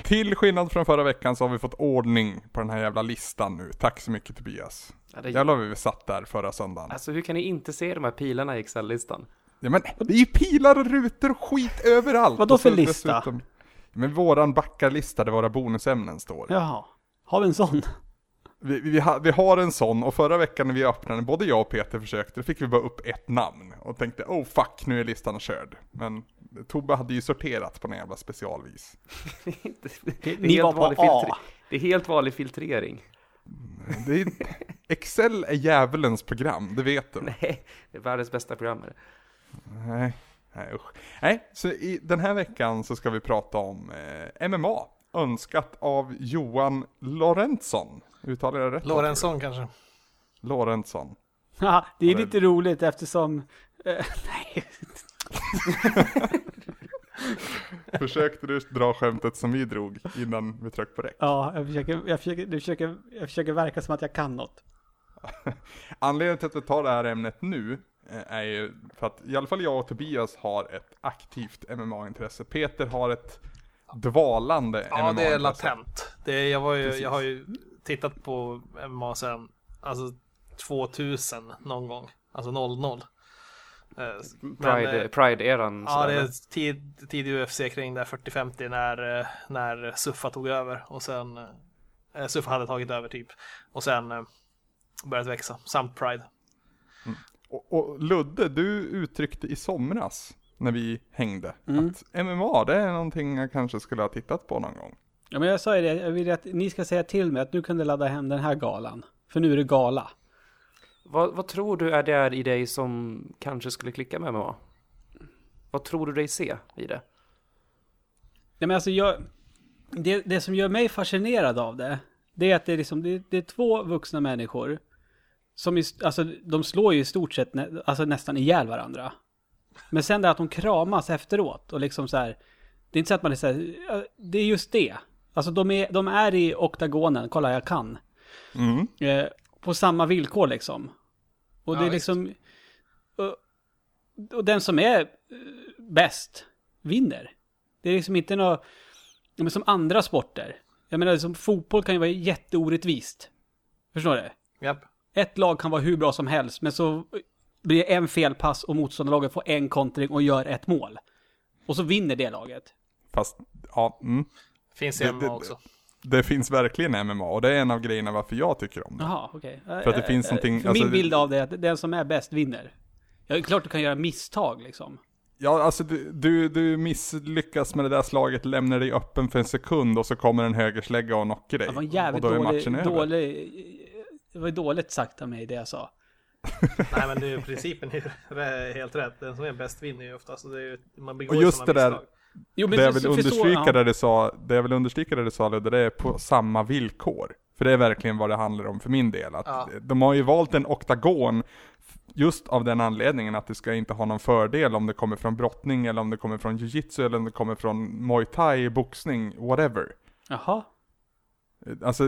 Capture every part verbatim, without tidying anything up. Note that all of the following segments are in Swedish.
till skillnad från förra veckan så har vi fått ordning på den här jävla listan nu. Tack så mycket Tobias. Ja, det... Jävlar vi satt där förra söndagen. Alltså hur kan ni inte se de här pilarna i Excel-listan? Ja, men det är ju pilar och rutor och skit överallt. Vadå för så, lista? Dessutom, men våran backarlista där våra bonusämnen står. Jaha, har vi en sån? Vi, vi, ha, vi har en sån och förra veckan när vi öppnade, både jag och Peter försökte, då fick vi bara upp ett namn och tänkte, oh fuck, nu är listan körd. Men Tobbe hade ju sorterat på en jävla specialvis. det, är Ni var på A. Det är helt vanlig filtrering. Det är, Excel är djävulens program, det vet du. Nej, det är världens bästa program. Nej, nej usch. Nej, så i den här veckan så ska vi prata om eh, M M A. Önskat av Johan Lorentzon. Uttalar jag rätt? Lorentzon kanske. Lorentzon. Ja, det är lite roligt eftersom... Uh, nej. Försökte du dra skämtet som vi drog innan vi tryckte på räck? Ja, jag försöker, jag, försöker, jag, försöker, jag försöker verka som att jag kan något. Anledningen till att vi tar det här ämnet nu är ju för att i alla fall jag och Tobias har ett aktivt M M A-intresse. Peter har ett dvalande ja, M M A-intresse. Ja, det är latent. Det är, jag, var ju, Precis. jag har ju tittat på M M A sedan alltså tvåtusen någon gång. Alltså noll noll. Pride, Pride-eran. Ja, det är tid, tid i U F C kring där fyrtio femtio när, när Suffa tog över. Och sen eh, Suffa hade tagit över typ. Och sen eh, börjat växa. Samt Pride. Mm. Och, och Ludde, du uttryckte i somras när vi hängde Mm. att M M A, det är någonting jag kanske skulle ha tittat på någon gång. Ja, men jag sa ju det. Jag vill att ni ska säga till mig att du kunde ladda hem den här galan. För nu är det gala. Vad, vad tror du är det i dig som kanske skulle klicka med M M A? Vad tror du dig se i det? Nej, men alltså jag, det, det som gör mig fascinerad av det, det är att det är, liksom, det, det är två vuxna människor som i, alltså, de slår ju i stort sett nä, alltså, nästan ihjäl varandra. Men sen det att de kramas efteråt och liksom så här, det är inte så att man är så här, det är just det. Alltså de är, de är i oktagonen, kolla jag kan. Mm. Eh, på samma villkor liksom. Och Ja, det är liksom och, och den som är eh, bäst vinner. Det är liksom inte något men som andra sporter. Jag menar som fotboll kan ju vara jätteorättvist. Förstår du? Japp. Ett lag kan vara hur bra som helst, men så blir det en felpass och motståndarlaget får en kontring och gör ett mål. Och så vinner det laget. Fast, ja, mm. Finns i Det- M M A det- också. Det finns verkligen M M A och det är en av grejerna varför jag tycker om det. Jaha, okej. Okay. För att det finns någonting- För alltså, min det- bild av det är att den som är bäst vinner. Ja, det är klart du kan göra misstag liksom. Ja, alltså du, du, du misslyckas med det där slaget, lämnar dig öppen för en sekund och så kommer en högerslägga och knockar dig. Det var en jävligt och då är dålig, matchen över. dålig... Det var dåligt sagt av mig det jag sa. Nej, men det är ju principen är ju helt rätt. Den som är bäst vinner ju oftast. Så det är ju, man begår Och ju just sådana det där- misstag. Jo, Det jag för- vill för- förstå- understryka ja. där det sa, det jag vill understryka där det sa Ludde, det är på samma villkor. För det är verkligen vad det handlar om för min del. Att Ja. De har ju valt en oktagon just av den anledningen att det ska inte ha någon fördel om det kommer från brottning eller om det kommer från jiu-jitsu eller om det kommer från muay thai, boxning, whatever. Jaha. Alltså,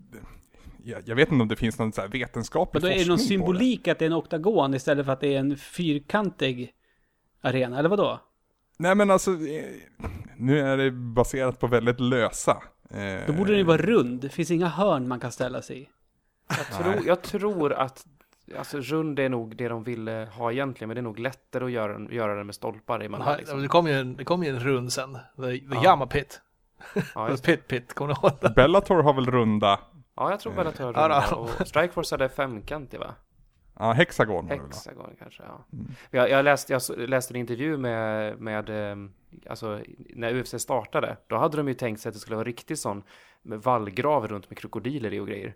jag, jag vet inte om det finns någon så här vetenskaplig Men då är det någon forskning på symbolik att det är en oktagon istället för att det är en fyrkantig arena, eller vadå? Nej men alltså, eh, nu är det baserat på väldigt lösa. eh, Då borde den ju vara rund. Det finns inga hörn man kan ställa sig i. Jag tror, jag tror att alltså, rund är nog det de ville ha egentligen, men det är nog lättare att göra, den- göra det med stolpar emellan. Ja, Liksom. det kom ju en, det kom ju en rund sen. The, the Ja. Yama Pit. Ja, just, Pit Pit, kommer du ihåg det? Bellator har väl runda, ja, jag tror väl att jag har Ja, runda. ja. Och Strikeforce hade femkantig, va? ja hexagon var det väl, va? Hexagon kanske, ja. Jag, jag, läste, jag läste en intervju med, med ehm, alltså, när U F C startade. Då hade de ju tänkt sig att det skulle vara riktigt sån med vallgrav runt med krokodiler i och grejer.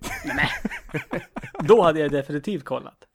Då hade jag definitivt kollat.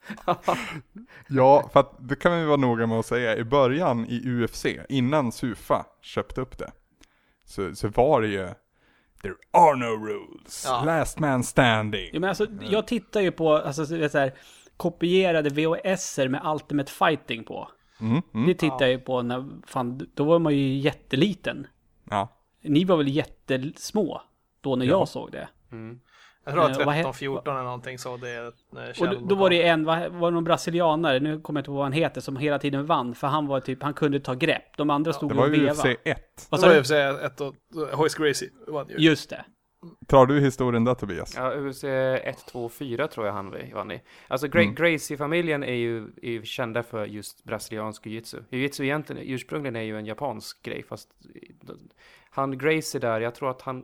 Ja, för att det kan vi vara noga med att säga. I början i U F C, innan Sufa köpte upp det, så, så var det ju there are no rules, Ja. last man standing. Ja, men alltså, jag tittar ju på alltså, så, vet, så här, kopierade V H S-er med Ultimate Fighting på. Mm, mm, Det tittar jag ju på när, fan, då var man ju jätteliten. ja. Ni var väl jättesmå då när Ja. jag såg det. Mm. Jag tror att Eh, vad he- tretton fjorton eller någonting så det är eh, Och då, då var det en, var, var det någon brasilianare, nu kommer jag inte ihåg vad han heter, som hela tiden vann. För han var typ, han kunde ta grepp. De andra stod Det och var ju U veva. F C ett. Vad Det sa var du? U F C ett och Hoist Gracie vann ju. Just det. Tar du historien där, Tobias? Ja, U F C ett, två, fyra tror jag han vann i. Alltså Gra- Mm. Gracie-familjen är ju, är ju kända för just brasiliansk jiu-jitsu. Jiu-jitsu egentligen, ursprungligen är ju en japansk grej, fast han Gracie där, jag tror att han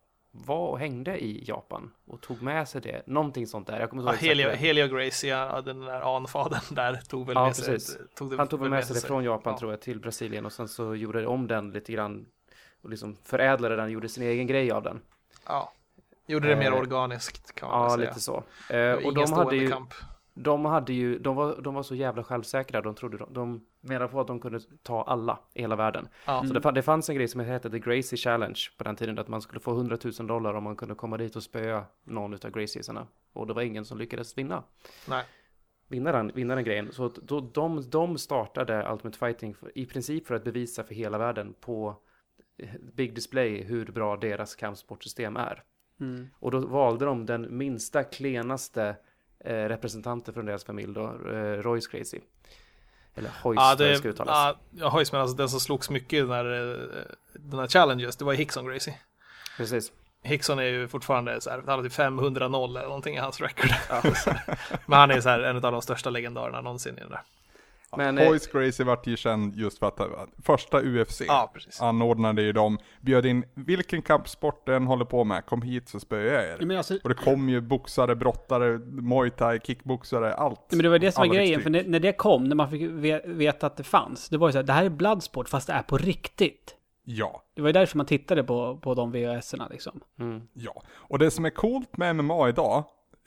var och hängde i Japan och tog med sig det. Någonting sånt där. Jag kommer Ja, inte ihåg Helio, exakt. Helio Gracie, ja, den där anfadern där tog väl Ja, med sig. precis. Tog det Han tog väl med sig det sig. från Japan Ja. tror jag till Brasilien och sen så gjorde det om den lite grann och liksom förädlade den, gjorde sin egen grej av den. Ja. Gjorde det mer Eh, organiskt kan man Ja, väl säga. lite så. Eh, Det var och ingen de hade stående ju kamp. de hade ju de var de var så jävla självsäkra. De trodde de, de menade på att de kunde ta alla i hela världen. Ja. Så det, fann- det fanns en grej som hette The Gracie Challenge på den tiden, att man skulle få hundratusen dollar om man kunde komma dit och spöa någon utav Graciesarna. Och det var ingen som lyckades vinna. Nej. Vinna den, vinna den grejen. Så att då, de, de startade Ultimate Fighting för, i princip för att bevisa för hela världen på Big Display hur bra deras kampsportsystem är. Mm. Och då valde de den minsta, klenaste eh, representanten från deras familj då, eh, Royce Gracie. Eller Hoist, Ja, det, det det, ska uttalas. ja, ja, Hoist, men alltså den som slogs mycket i den här, eh, den här challenges, det var Hickson Gracie. Precis. Hickson är ju fortfarande så här, han har typ femhundra noll eller någonting i hans record. Ja. Men han är så här en av de största legendarerna någonsin i den där. Men, eh, Hoist Gracie vart ju känd just för att uh, första U F C Ja, precis. anordnade ju de, bjöd in vilken kampsport den håller på med, kom hit så spöar jag er. Ja, men, alltså, Och det kom ju boxare, brottare, muay thai, kickboxare, allt. men det var det som var Alla grejen, fick för när, när det kom, när man fick ve- veta att det fanns, det var ju så här, det här är Bloodsport fast det är på riktigt. Ja, Det var ju därför man tittade på, på de V H S-erna liksom. mm. ja. Och det som är coolt med M M A idag,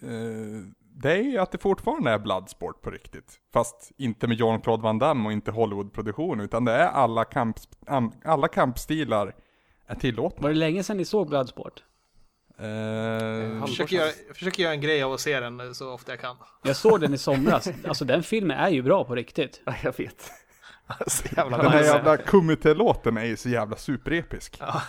eh, det är ju att det fortfarande är bloodsport på riktigt. Fast inte med Jean-Claude Van Damme och inte Hollywood-produktion, utan det är alla, kamp, alla kampstilar är tillåtna. Var det länge sedan ni såg Bloodsport? Eh, Jag försöker göra, jag försöker göra en grej av att se den så ofta jag kan. Jag såg den i somras. Alltså den filmen är ju bra på riktigt. Ja, jag vet. Så jävla Den här nice. jävla Kumite-låten är ju så jävla superepisk. Ja.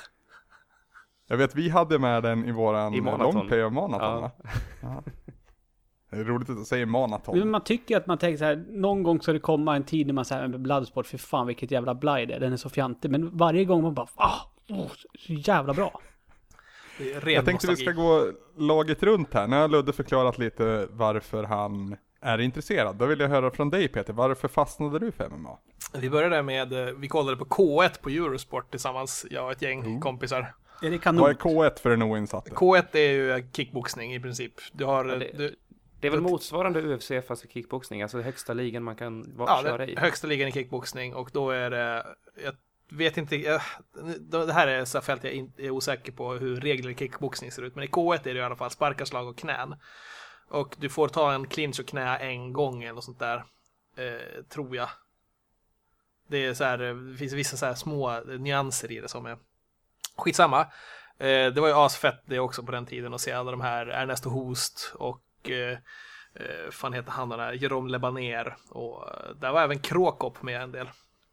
Jag vet, vi hade med den i våran I maraton. longplay av maraton, Ja. va? Ja. Det är roligt att säga maraton. Men man tycker att man tänker så här, någon gång ska det komma en tid när man säger Bloodsport, för fan vilket jävla blaj det är, den är så fjantig. Men varje gång man bara, ah, oh, så jävla bra. Det är ren Jag tänkte vi ska nostalgi. gå laget runt här. Nu har Ludde förklarat lite varför han är intresserad. Då vill jag höra från dig, Peter. Varför fastnade du för M M A? Vi började med, eh, vi kollade på K ett på Eurosport tillsammans, jag och ett gäng Mm. kompisar. Är det Vad kanon? är K ett för den oinsatte? K ett är ju kickboxning i princip. Du har, Ja, det- du, Det är väl motsvarande U F C fast i kickboxning, alltså högsta ligan man kan va- ja, köra det, i. högsta ligan i kickboxning och då är det, jag vet inte, jag, det här är så här fält jag inte är osäker på hur regler i kickboxning ser ut, men i K ett är det i alla fall sparkar, slag och knän. Och du får ta en clinch och knä en gång eller något sånt där, eh, tror jag. Det är så här, det finns vissa så här små nyanser i det som är skitsamma. Eh, det var ju asfett det också på den tiden att se alla de här Ernesto Host och eh, eh, fan heter han den där, Jerome Lebaner, och eh, där var även Krokop med en del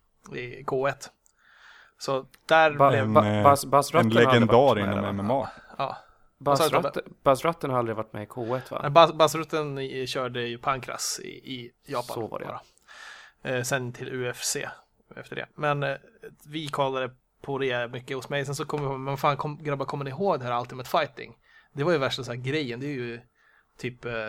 i K ett. Så där Ba- blev, En, ba- eh, Buzz- Buzz En Rutten har aldrig legendar varit med inom där, va? M M A. ja. Buzz sa du, Tobbe? Rutten- Buzz Rutten har aldrig varit med i K ett, va? Bas- Basrutten i- körde ju Pankras i, i Japan. Så var det, bara. Eh, sen till U F C efter det. Men eh, vi kollade på det mycket hos mig. Sen så kom vi på, men fan kom, grabbar, kommer ni ihåg det här Ultimate Fighting? Det var ju värsta så här grejen. Det är ju typ eh,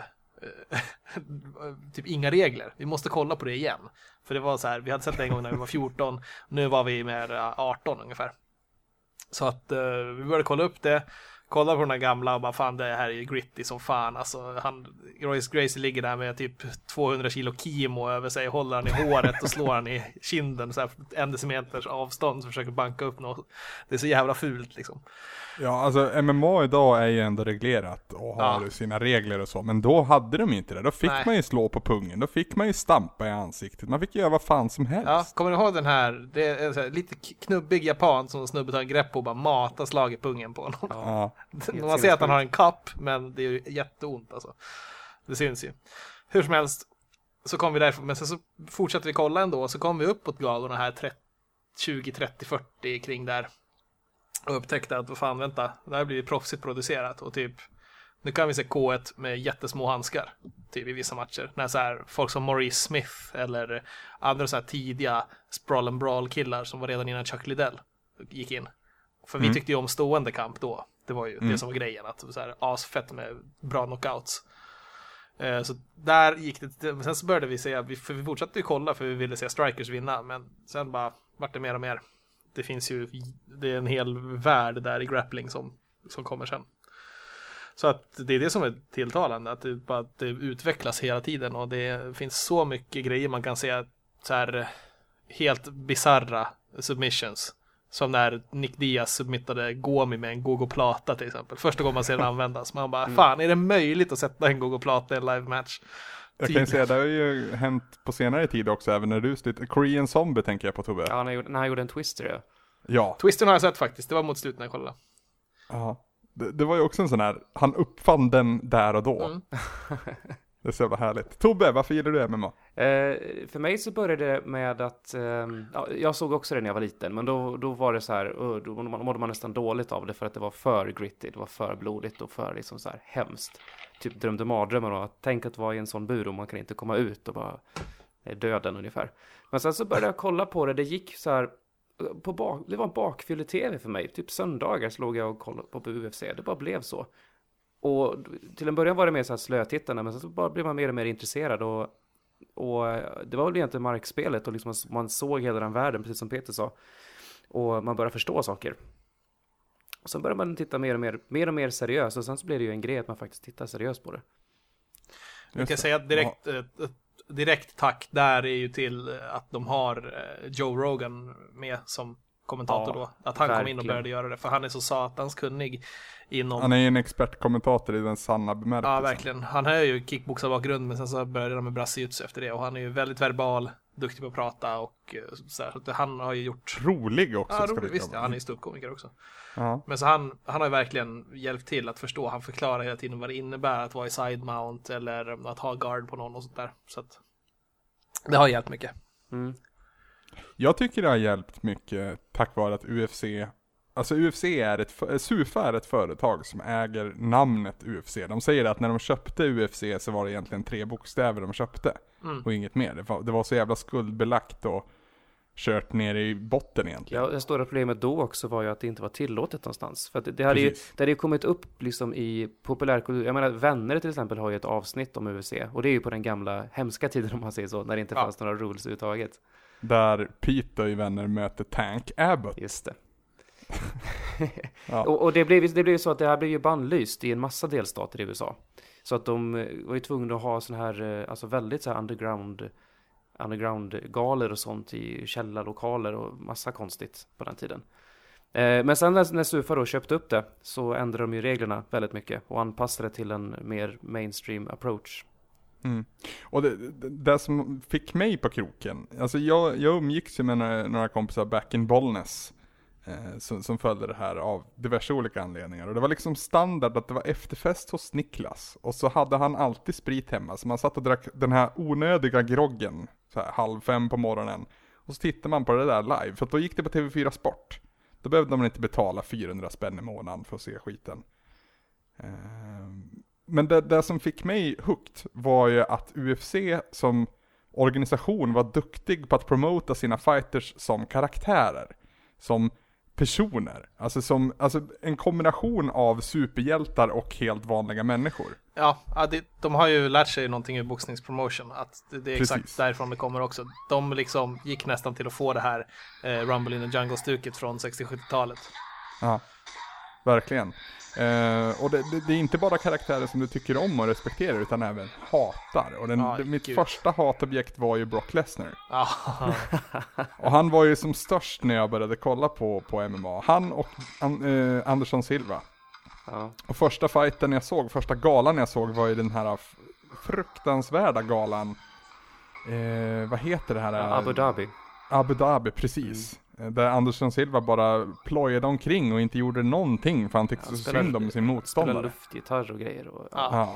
typ inga regler. Vi måste kolla på det igen. För det var så här, vi hade sett det en gång när vi var fjorton. Nu var vi med arton ungefär. Så att eh, vi började kolla upp det. Kolla på den här gamla och bara fan, det här är ju gritty som fan. Alltså han, Royce Gracie ligger där med typ tvåhundra kilo kimo över sig, håller han i håret och slår han i kinden så här en decimeters avstånd, så försöker banka upp något. Det är så jävla fult liksom. Ja, alltså M M A idag är ju ändå reglerat och har Ja. sina regler och så. Men då hade de inte det. Då fick Nej. man ju slå på pungen. Då fick man ju stampa i ansiktet. Man fick göra vad fan som helst. Ja, kommer ni ihåg den här? Det är en så här, lite knubbig japan som snubben tar en grepp på och bara matar slag i pungen på honom. Ja. Man ser att han har en kapp, men det är ju jätteont alltså. Det syns ju. Hur som helst så kom vi därifrån, men sen så fortsatte vi kolla ändå, så kom vi uppåt galorna här trettio, tjugo, trettio, fyrtio kring där och upptäckte att vad fan, vänta, det här blir proffsigt producerat och typ Nu kan vi se K ett med jättesmå handskar typ i vissa matcher. När så här, folk som Maurice Smith eller andra så här tidiga sprawl and brawl killar som var redan innan Chuck Liddell gick in. För mm. vi tyckte ju om stående kamp då. Det var ju mm. det som var grejen, att så här asfett med bra knockouts. Eh, så där gick det, men sen så började vi se, för vi fortsatte ju kolla för vi ville se strikers vinna, men sen bara vart det mer och mer. Det finns ju, det är en hel värld där i grappling som, som kommer sen. Så att det är det som är tilltalande, att det, bara, att det utvecklas hela tiden och det finns så mycket grejer man kan se, så här helt bizarra submissions. Som när Nick Diaz submittade Gomi med en gogoplata till exempel. Första gången man ser den användas. Man bara, fan är det möjligt att sätta en gogoplata i en live match? Jag kan säga, det har ju hänt på senare tid också, även när du slut. Korean Zombie tänker jag på, Tobbe. Ja, när han gjorde, när han gjorde en twister, ja. Ja. Twistern har jag sett faktiskt, det var mot slutet när jag kollade. Ja, det, det var ju också en sån här, han uppfann den där och då. Mm. Det är så jävla härligt. Tobbe, varför gillar du M M A? Eh, för mig så började det med att, eh, ja, jag såg också det när jag var liten, men då, då var det så här, uh, då mådde man nästan dåligt av det för att det var för gritty, det var för blodigt och för liksom så här hemskt. Typ drömde mardrömmar och tänk att vara i en sån bur och man kan inte komma ut och bara är döden ungefär. Men sen så började jag kolla på det, det gick så här, på bak, det var bakfylle-tv för mig, typ söndagar slog jag och kollade på, på U F C, det bara blev så. Och till en början var det mer så här slötittande, men så bara blev man mer och mer intresserad och, och det var väl egentligen markspelet och liksom man såg hela den världen, precis som Peter sa, och man började förstå saker. Och sen började man titta mer och mer, mer och mer seriöst, och sen så blev det ju en grej att man faktiskt tittar seriöst på det. Jag kan säga att direkt, ja. ett, direkt tack där är ju till att de har Joe Rogan med som kommentator ja, då. Att han verkligen kom in och började göra det. För han är så satans kunnig inom... Han är ju en expertkommentator i den sanna bemärkelsen. Ja, verkligen. Han har ju kickboxarbakgrund, men sen så började han med brassejutsu efter det. Och han är ju väldigt verbal, duktig på att prata och så här. Så han har ju gjort... Rolig också. Ja, rolig, visst. Ja, han är ju ståuppkomiker också. Ja. Men så han, han har ju verkligen hjälpt till att förstå. Han förklarar hela tiden vad det innebär att vara i side mount eller att ha guard på någon och sånt där. Så att det har hjälpt mycket. Mm. Jag tycker det har hjälpt mycket tack vare att U F C, alltså U F C är ett, Sufa är ett företag som äger namnet U F C. De säger att när de köpte U F C så var det egentligen tre bokstäver de köpte mm. och inget mer. Det var, det var så jävla skuldbelagt och kört ner i botten egentligen. Ja, det stora problemet då också var ju att det inte var tillåtet någonstans. För att det, det hade ju, det hade ju kommit upp liksom i populärkultur. Jag menar, Vänner till exempel har ju ett avsnitt om U F C. Och det är ju på den gamla hemska tiden om man säger så, när det inte ja. fanns några rules överhuvudtaget. Där Peter i Vänner möter Tank Abbott. Just det. ja. Och, och det blev det blev så att det här blev ju bannlyst i en massa delstater i U S A. Så att de var ju tvungna att ha sån här, alltså väldigt så här underground underground-galer och sånt i källarlokaler och massa konstigt på den tiden. Eh, men sen när, när Sufa då köpte upp det så ändrade de ju reglerna väldigt mycket och anpassade det till en mer mainstream approach. Mm. Och det, det, det som fick mig på kroken, alltså jag, jag umgicks ju med några, några kompisar back in Bollnäs eh, som, som följde det här av diverse olika anledningar. Och det var liksom standard att det var efterfest hos Niklas. Och så hade han alltid sprit hemma, så man satt och drack den här onödiga groggen så här halv fem på morgonen. Och så tittar man på det där live, för att då gick det på T V fyra Sport. Då behövde man inte betala fyrahundra spänn i månaden för att se skiten. Eh, Men det, det som fick mig hooked var ju att U F C som organisation var duktig på att promota sina fighters som karaktärer. Som personer. Alltså, som, alltså en kombination av superhjältar och helt vanliga människor. Ja, det, de har ju lärt sig någonting i boxningspromotion. Att det, det är Precis. exakt därifrån det kommer också. De liksom gick nästan till att få det här eh, Rumble in the Jungle-stuket från sextio-sjuttiotalet. Ja, verkligen. Uh, och det, det, det är inte bara karaktärer som du tycker om och respekterar utan även hatar. Och den, ah, det, mitt Gud. första hatobjekt var ju Brock Lesnar. Ah. Och han var ju som störst när jag började kolla på, på M M A. Han och an, uh, Anderson Silva. Ah. Och första fighten jag såg, första galan jag såg var ju den här f- fruktansvärda galan. Uh, vad heter det här? Ja, Abu Dhabi. Abu Dhabi, precis. Mm. Där Anderson Silva bara plojade omkring och inte gjorde någonting för han tyckte ja, så synd om sin motståndare. Spelade luftgitarr och grejer. Och, ja. Ja.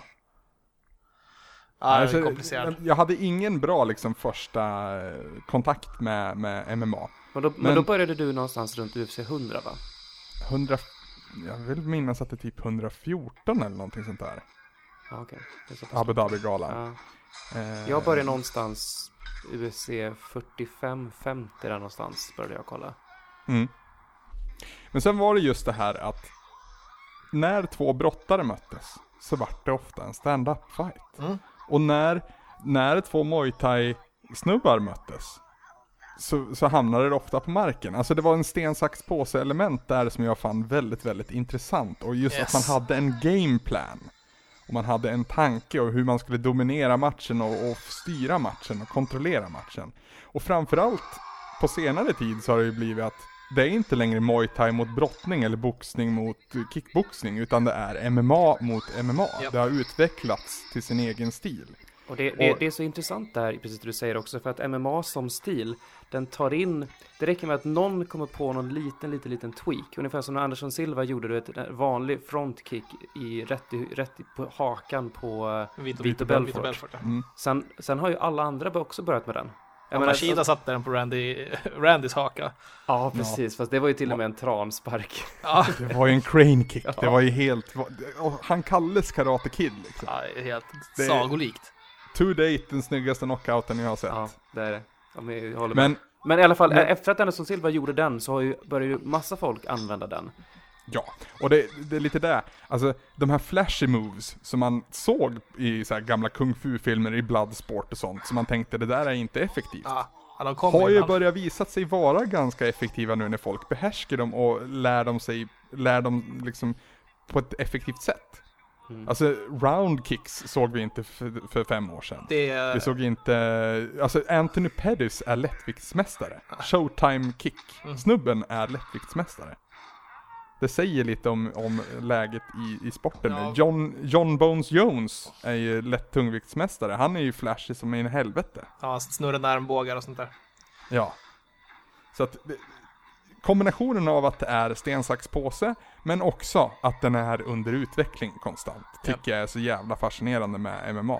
Ja, det är alltså, komplicerat. Jag hade ingen bra liksom första kontakt med, med M M A. Men då, men, men då började du någonstans runt U F C hundra, va? hundra, jag vill minnas att det är typ hundrafjorton eller någonting sånt där. Ja, okej. Det är så pass Abu långt. Dhabi-galan. Ja. Eh, Jag började någonstans U F C fyrtiofem femtio där någonstans började jag kolla. Mm. Men sen var det just det här att när två brottare möttes så var det ofta en stand-up fight. Mm. Och när, när två Muay Thai-snubbar möttes så, så hamnade det ofta på marken. Alltså det var en sten, sax, påse element där som jag fann väldigt, väldigt intressant. Och just Yes. att man hade en gameplan. Och man hade en tanke om hur man skulle dominera matchen och, och styra matchen och kontrollera matchen. Och framförallt på senare tid så har det ju blivit att det är inte längre Muay Thai mot brottning eller boxning mot kickboxning, utan det är M M A mot M M A. Yep. Det har utvecklats till sin egen stil. Och det, det, Och- det är så intressant där, precis det du säger också, för att M M A som stil, den tar in, det räcker med att någon kommer på någon liten, liten, liten tweak. Ungefär som när Anderson Silva gjorde du ett en vanlig frontkick i rätt, i, rätt i, på hakan på uh, Vito, Vito Vito Belfort. Belfort. Belfort ja. Mm. Sen, sen har ju alla andra också börjat med den. Jag Ja, menar, Machida satte den på Randy, Randys haka. ja, precis, fast det var ju till och med en transpark. Ja, Det var ju en crane kick. Ja. Det var ju helt... och han kallas Karate Kid liksom. ja helt Det- sagolikt. To date den snyggaste knockouten jag har sett. Ja, det är det. Ja, men jag håller med. Men Men i alla fall, Men- efter att Anderson Silva gjorde den så har ju, började ju massa folk använda den. ja, och det, det är lite där. Alltså de här flashy moves som man såg i så här gamla kung fu-filmer i Bloodsport och sånt, som man tänkte det där är inte effektivt. Ja, ja, de kommer Har ju innan. börjat visa sig vara ganska effektiva nu när folk behärskar dem och lär dem sig, lär dem liksom på ett effektivt sätt. Mm. Alltså round kicks såg vi inte för, för fem år sedan. Det är... Vi såg inte, alltså Anthony Pettis är lättviktsmästare. Showtime kick. Mm. Snubben är lättviktsmästare. Det säger lite om, om läget i, i sporten Ja. nu. John, John Bones Jones är ju lätt tungviktsmästare. Han är ju flashy som en helvete. Ja, snurrande armbågar och sånt där. Ja. Så att det- kombinationen av att det är sten, sax, påse, men också att den är under utveckling konstant, tycker jag är så jävla fascinerande med M M A.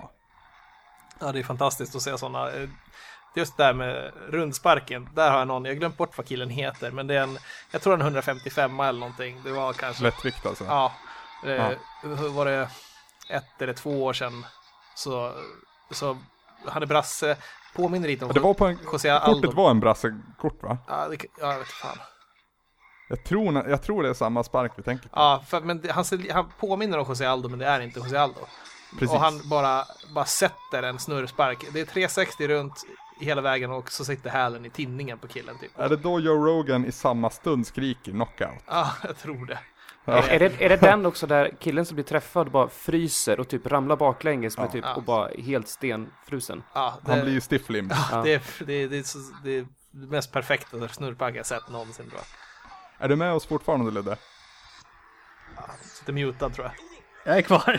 Ja, det är fantastiskt att se sådana. Just där med rundsparken, där har jag någon, jag har glömt bort vad killen heter, men det är en, jag tror en hundrafemtiofem eller någonting. Det var kanske, Lättvikt alltså. ja, eh, Ja. hur var det ett eller två år sedan så, så hade Brasse, påminner lite om Ja, det var på en, José Aldo. kortet var en brassekort va? Ja, det, ja, jag vet fan. Jag tror, jag tror det är samma spark vi tänker på. Ja, för, men det, han, ser- han påminner om José Aldo, men det är inte José Aldo. Precis. Och han bara, bara sätter en snurrspark. Det är trehundrasextio runt hela vägen och så sitter hälen i tinningen på killen typ. Är det då Joe Rogan i samma stund skriker knockout? Ja, jag tror det. Ja. Är, det, är det den också där killen som blir träffad bara fryser och typ ramlar baklänges med Ja. typ, Ja. och bara helt stenfrusen? Ja, det, Han blir ju stifflimb. Ja. det, är, det, är, det, är så, det är det mest perfekta snurrpark jag sett någonsin tror jag. Är du med oss fortfarande Ludde? Sitter mutad tror jag. Jag är kvar.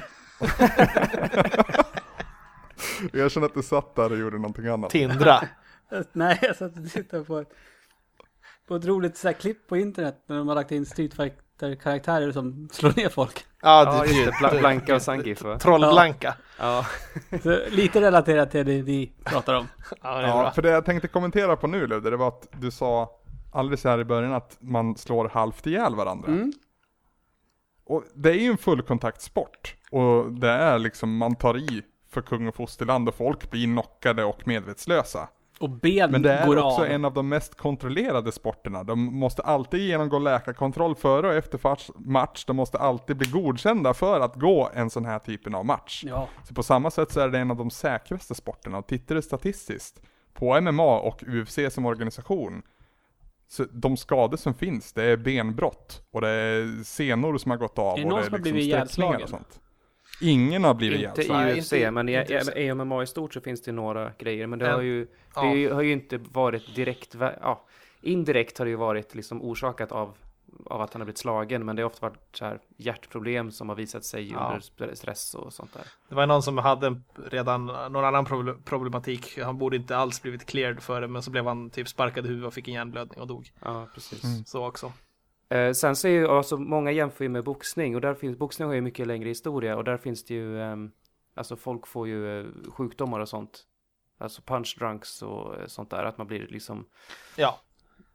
Jag känner att du satt där och gjorde någonting annat. Tindra. Nej, jag satt och tittade på ett, på ett roligt så här, klipp på internet när de har lagt in Street Fighter-karaktärer som slår ner folk. Ja, Ja, det, just det. Bla- det- Blanka och Sangif, va? Trollblanka. Ja. Så lite relaterat till det vi pratar om. Ja, det är Ja, bra. för det jag tänkte kommentera på nu Ludde, det var att du sa alldeles här i början att man slår halvt ihjäl varandra. Mm. Och det är ju en fullkontaktsport. Och det är liksom, man tar i för kung och fosterland och folk blir knockade och medvetslösa. Och ben Men det är går också av. en av de mest kontrollerade sporterna. De måste alltid genomgå läkarkontroll före och efter fars- match. De måste alltid bli godkända för att gå en sån här typen av match. Ja. Så på samma sätt så är det en av de säkraste sporterna. Och tittar du statistiskt på M M A och U F C som organisation, så de skador som finns, det är benbrott och det är senor som har gått av Är det och någon det är som har liksom blivit sträckningar och ihjälslagen? sånt. Ingen har blivit Inte i ihjälslagen. Nej, U F C, inte- men i, inte i U F C. i M M A i stort så finns det några grejer. Men det En- har ju, det ja. är ju, har ju inte varit direkt, vä- ja, indirekt har det ju varit liksom orsakat av, av att han har blivit slagen. Men det har ofta varit så här hjärtproblem som har visat sig Ja. under sp- stress och sånt där. Det var någon som hade en- redan någon annan proble- problematik. Han borde inte alls blivit cleared för det, men så blev han typ sparkad i huvudet och fick en hjärnblödning och dog. Ja, precis. Mm. Så också. Eh, sen så är ju, alltså många jämför ju med boxning och där finns, boxning har ju mycket längre historia och där finns det ju, ehm, alltså folk får ju eh, sjukdomar och sånt. Alltså punch drunks och eh, sånt där, att man blir liksom Ja,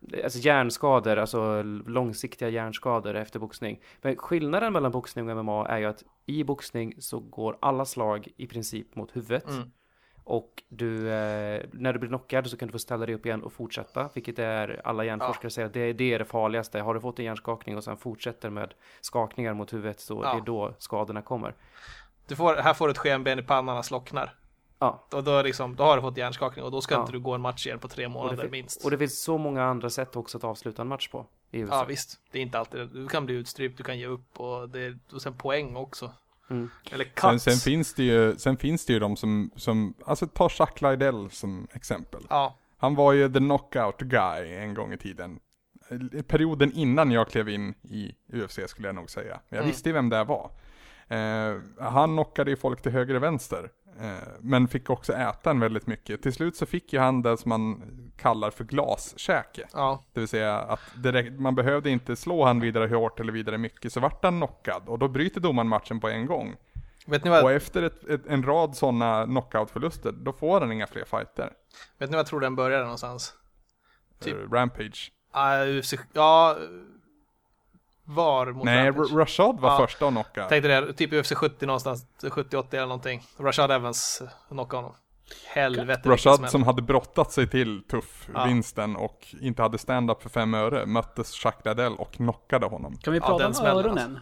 alltså hjärnskador, alltså långsiktiga hjärnskador efter boxning. Men skillnaden mellan boxning och M M A är ju att i boxning så går alla slag i princip mot huvudet. Mm. Och du, eh, när du blir knockad så kan du få ställa dig upp igen och fortsätta. Vilket är, alla hjärnforskare ja. säger att det, det är det farligaste. Har du fått en hjärnskakning och sen fortsätter med skakningar mot huvudet så ja. det är då skadorna kommer. Du får, här får du ett skenben i pannan och slocknar. Ja. Och då, liksom, då har du fått hjärnskakning och då ska ja. inte du gå en match igen på tre månader och minst. Och det finns så många andra sätt också att avsluta en match på i U F C. Ja visst, det är inte alltid. Du kan bli utstrypt, du kan ge upp och, det, och sen poäng också. Mm. Eller cuts. Sen, sen, finns det ju, sen finns det ju de som, som alltså ta Chuck Liddell som exempel. Ja. Han var ju the knockout guy en gång i tiden. Perioden innan jag klev in i U F C skulle jag nog säga. Jag Mm. visste ju vem det var. Eh, han knockade ju folk till höger och vänster. Eh, men fick också äta en väldigt mycket. Till slut så fick ju han det som man kallar för glaskäke. Ja. Det vill säga att direkt, man behövde inte slå han vidare hårt eller vidare mycket. Så vart han knockad. Och då bryter domaren matchen på en gång. Vet ni vad, Och efter ett, ett, en rad sådana knockoutförluster, då får han inga fler fighter. vet ni vad jag tror den började någonstans? Typ. Uh, Rampage. Uh, U F C, ja, var mot Nej, Rampage. R- Rashad var Ja. första att knocka. Tänkte det, typ U F C sjuttio någonstans, sjuttio åttio eller någonting. Rashad Evans knockade honom. Helvete. Rashad som hade brottat sig till tuff Ja. vinsten och inte hade stand-up för fem öre möttes Chuck Liddell och knockade honom. Kan vi Ja, prata den om smällen, öronen?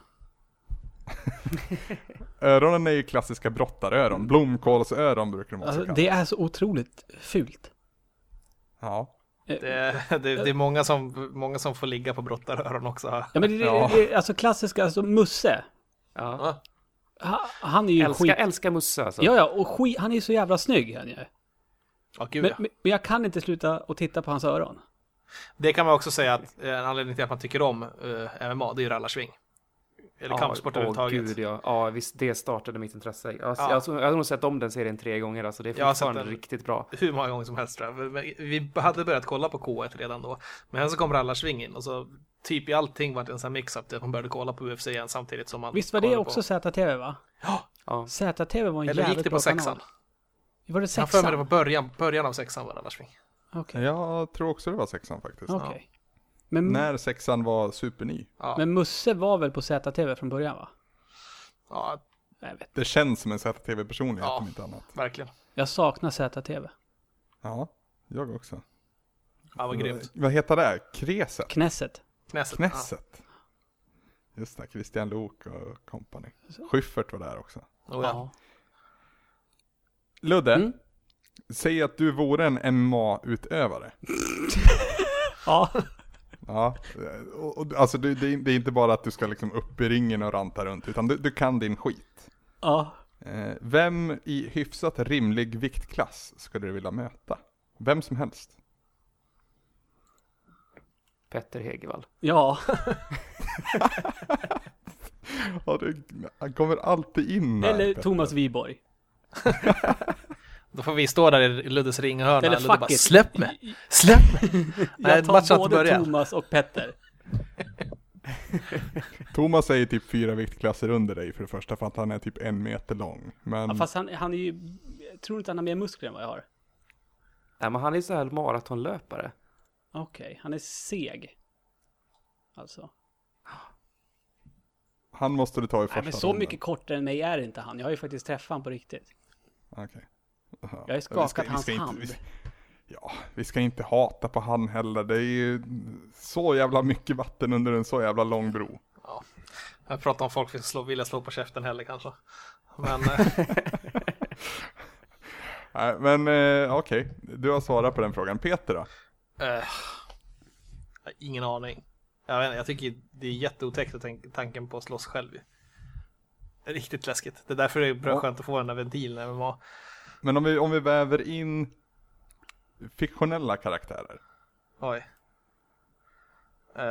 Öronen är ju klassiska brottaröron. Blomkålsöron brukar de också Alltså, kalla. det är så otroligt fult. Ja. Det, det, det är många som, många som får ligga på brottaröron också. Ja, men det, Ja. det, alltså klassiska, alltså Musse. Ja. Ja. Ha, han är ju Älskar, skit. älskar Musse alltså. Ja, ja, och skit, han är ju så jävla snygg. Han är. Ja, gud, Men, ja. men, men jag kan inte sluta att titta på hans öron. Det kan man också säga att en anledning till att man tycker om uh, M M A, det är ju rallarsving. Eller kampsport åh, överhuvudtaget. Gud, ja. Ja, visst, det startade mitt intresse. Jag, Ja. jag, jag, jag har nog sett om den serien tre gånger, alltså det är Jag har sett fortfarande den. riktigt bra. Hur många gånger som helst tror jag. Men vi hade börjat kolla på K ett redan då. Men sen så kom rallarsving in och så typ i allting var det en sån här mix-up där man började kolla på U F C igen samtidigt som man Visst var det kollade också på... Z T V, va? Ja. Z T V var en Eller gick jävligt det på bra sexan? kanal. Var det Jag har för mig sexan? det var början, början av sexan var rallarsving. Okej. Jag tror också det var sexan faktiskt. Okej. Men, När sexan var superny. Ja, men Musse var väl på Z T V från början, va? ja Jag vet. Det känns som en Z T V-personlighet Ja. om inte annat. verkligen. Jag saknar Z T V. Ja, jag också. Ja, vad grymt. Vad heter det? Kreset? Knesset. Knässet. Knesset. Just det, Christian Lok och company. Schyffert var där också. Ja. Oh, ja. Ludde, Mm. säg att du vore en M M A-utövare. Ja. Ja, och, och, alltså det, det, är- det är inte bara att du ska liksom upp i ringen och ranta runt, utan du, du kan din skit. Ja. Eh, vem i hyfsat rimlig viktklass skulle du vilja möta? Vem som helst. Petter Hegevall. Ja. Ja, det, han kommer alltid in här, Eller Petter. Thomas Wiborg. Då får vi stå där i Luddes ringhörna. Eller Ludde bara, fuck it. släpp mig! Släpp mig! Nej, Jag tar matchen har inte både börjat. Thomas och Petter. Thomas är ju typ fyra viktklasser under dig för det första, för att han är typ en meter lång. Men Ja, fast han, han är ju... Jag tror inte han har mer muskler än vad jag har. Nej, men han är så här maratonlöpare. Okej, han är seg. Alltså. han måste du ta i första Nej, men så ronden. mycket kortare än mig är inte han. Jag har ju faktiskt träffat han på riktigt. Okej. Ja. Jag har ju skakat Vi ska- vi hans ska inte- hand. vi- Ja, vi ska inte hata på han heller. Det är ju så jävla mycket vatten under en så jävla lång bro. Jag pratar om folk vill slå, vilja slå på käften heller kanske. Men eh, Nej, men eh, okej, du har svarat på den frågan. Peter då? eh, jag har ingen aning. Jag, vet, inte, jag tycker det är jätteotäckt att tänka tanken på att slåss själv. Det är riktigt läskigt. Det är därför det är bra Ja. skönt att få den där ventilen. M M A. Men om vi, om vi väver in fiktionella karaktärer. Oj. Eh,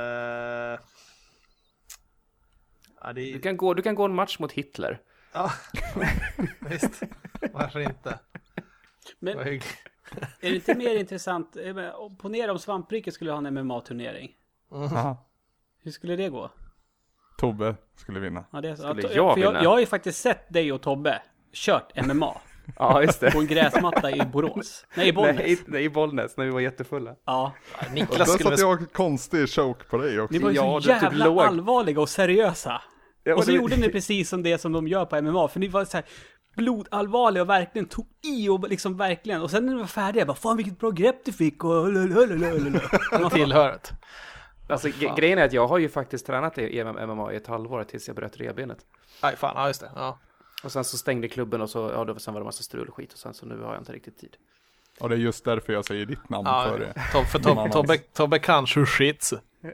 ja, det Du är... kan gå, du kan gå en match mot Hitler. Ja, visst. Varför inte? Men Vad hyggligt. är det inte mer intressant? eh, men, Ponera om Svampriket skulle ha en M M A-turnering. Aha. Hur skulle det gå? Tobbe skulle vinna. Ja, det är så. Skulle Ja, to- jag för jag, vinna? jag har ju faktiskt sett dig och Tobbe kört M M A. Ja, just det. På en gräsmatta i Borås. Nej, i Bollnäs. Nej, nej, i Bollnäs när vi var jättefulla. Ja. Och Niklas där skulle satt väl... jag konstig choke på dig också. Ni var ju Ja, så du typ jävla låg- allvarliga och seriösa. Ja, och så det- gjorde ni precis som det som de gör på M M A. För ni var så här blodallvarliga och verkligen tog i och liksom verkligen. Och sen när ni var färdiga, bara fan vilket bra grepp du fick och tillhöret. Alltså ge- grejen är att jag har ju faktiskt tränat i M M A i ett halvår tills jag bröt revbenet. Nej, fan, ja just det. Ja. Och sen så stängde klubben och så, ja då sen var det massa strul och skit och sen så nu har jag inte riktigt tid. Och det är just därför jag säger ditt namn Ja, före. Tob- för någon Tob- annan. Tobbe, Tobbe kan shit.